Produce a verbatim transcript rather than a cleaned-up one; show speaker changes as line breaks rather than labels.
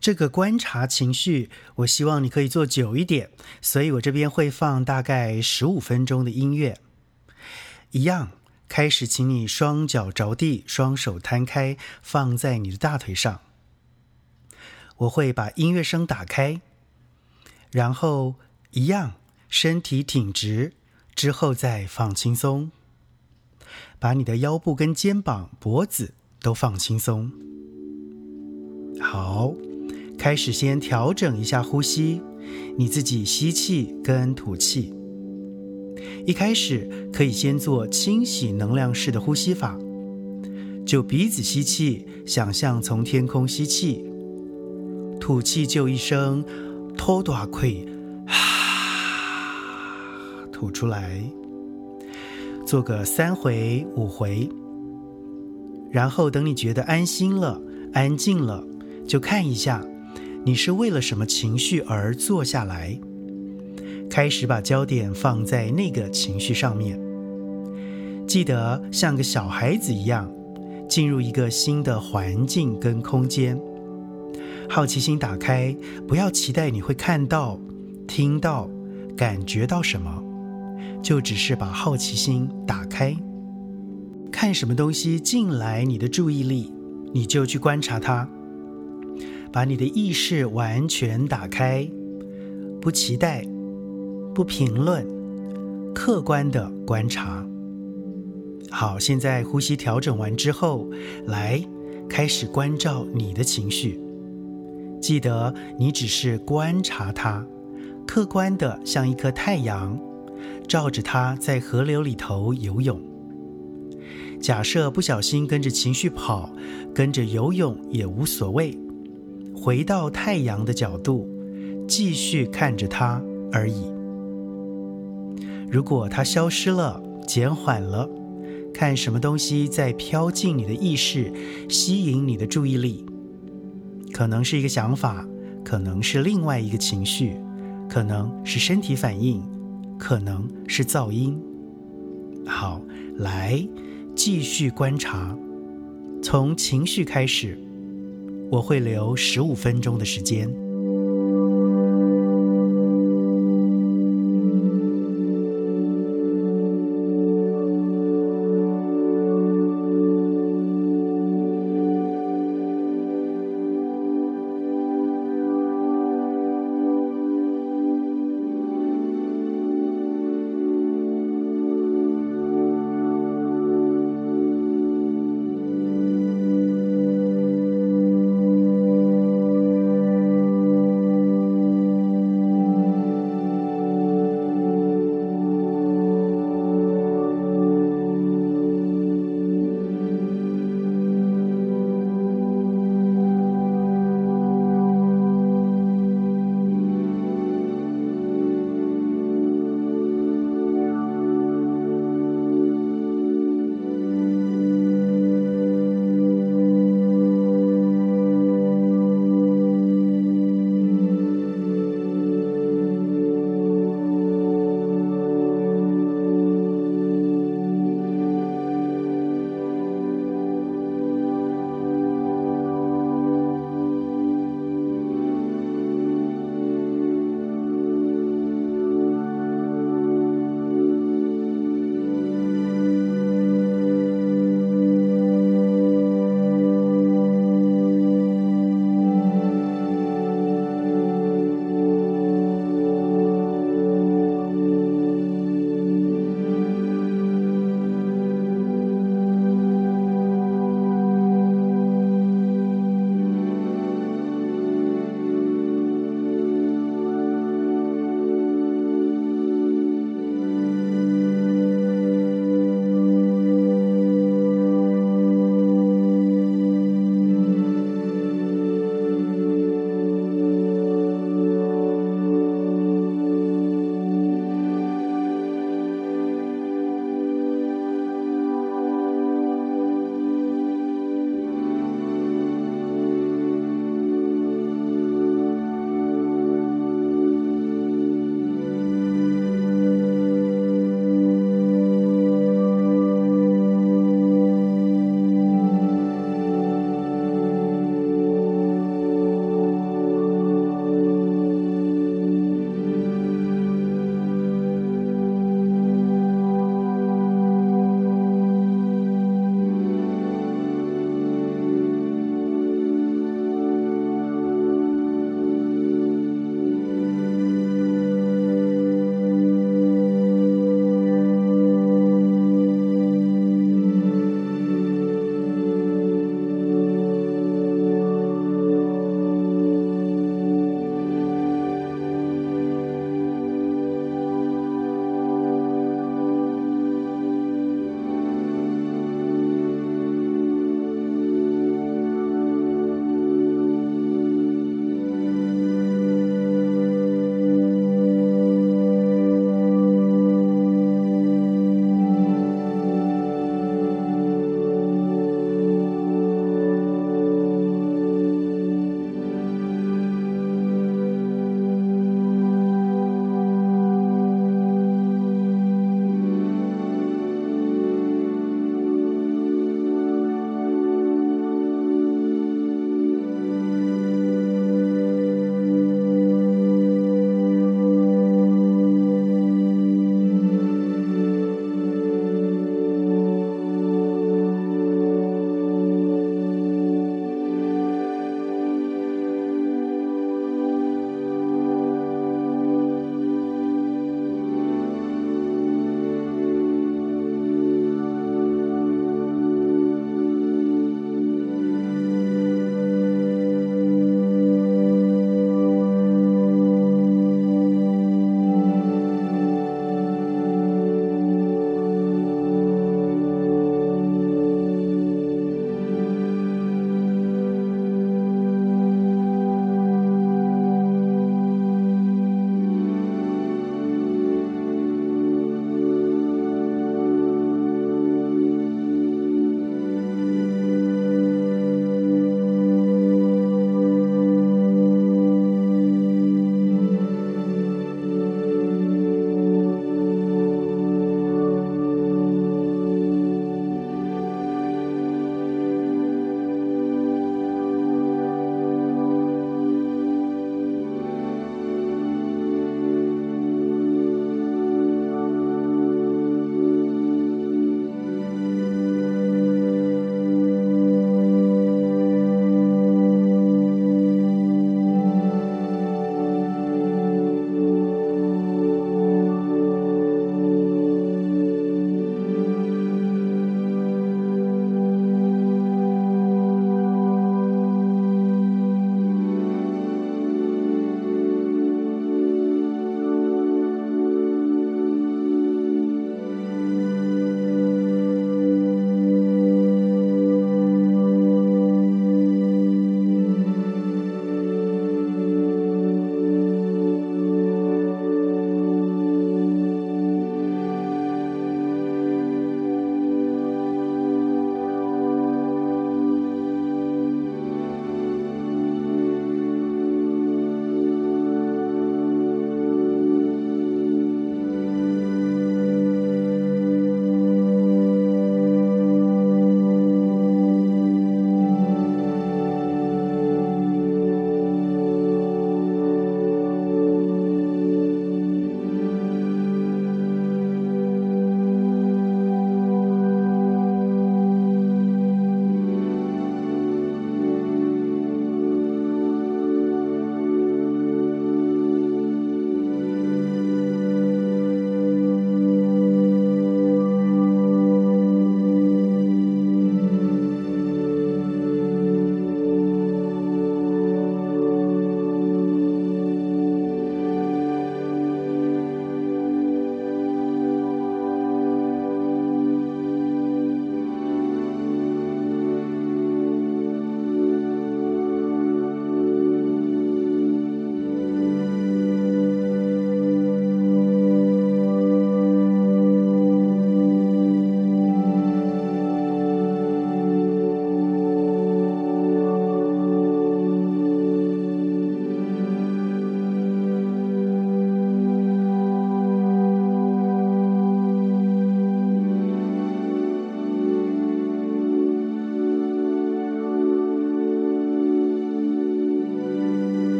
这个观察情绪，我希望你可以做久一点，所以我这边会放大概十五分钟的音乐。一样，开始请你双脚着地，双手摊开，放在你的大腿上。我会把音乐声打开，然后一样，身体挺直，之后再放轻松。把你的腰部跟肩膀、脖子都放轻松。好，开始先调整一下呼吸，你自己吸气跟吐气。一开始可以先做清洗能量式的呼吸法，就鼻子吸气，想象从天空吸气，吐气就一声吐大气，吐出来，做个三回五回。然后等你觉得安心了，安静了，就看一下你是为了什么情绪而坐下来，开始把焦点放在那个情绪上面。记得像个小孩子一样，进入一个新的环境跟空间，好奇心打开，不要期待你会看到、听到、感觉到什么，就只是把好奇心打开。看什么东西进来你的注意力，你就去观察它，把你的意识完全打开，不期待，不评论，客观的观察。好，现在呼吸调整完之后，来开始关照你的情绪。记得你只是观察它，客观的像一颗太阳，照着它在河流里头游泳。假设不小心跟着情绪跑，跟着游泳也无所谓，回到太阳的角度，继续看着它而已。如果它消失了，减缓了，看什么东西在飘进你的意识，吸引你的注意力，可能是一个想法，可能是另外一个情绪，可能是身体反应，可能是噪音。好，来继续观察，从情绪开始，我会留十五分钟的时间。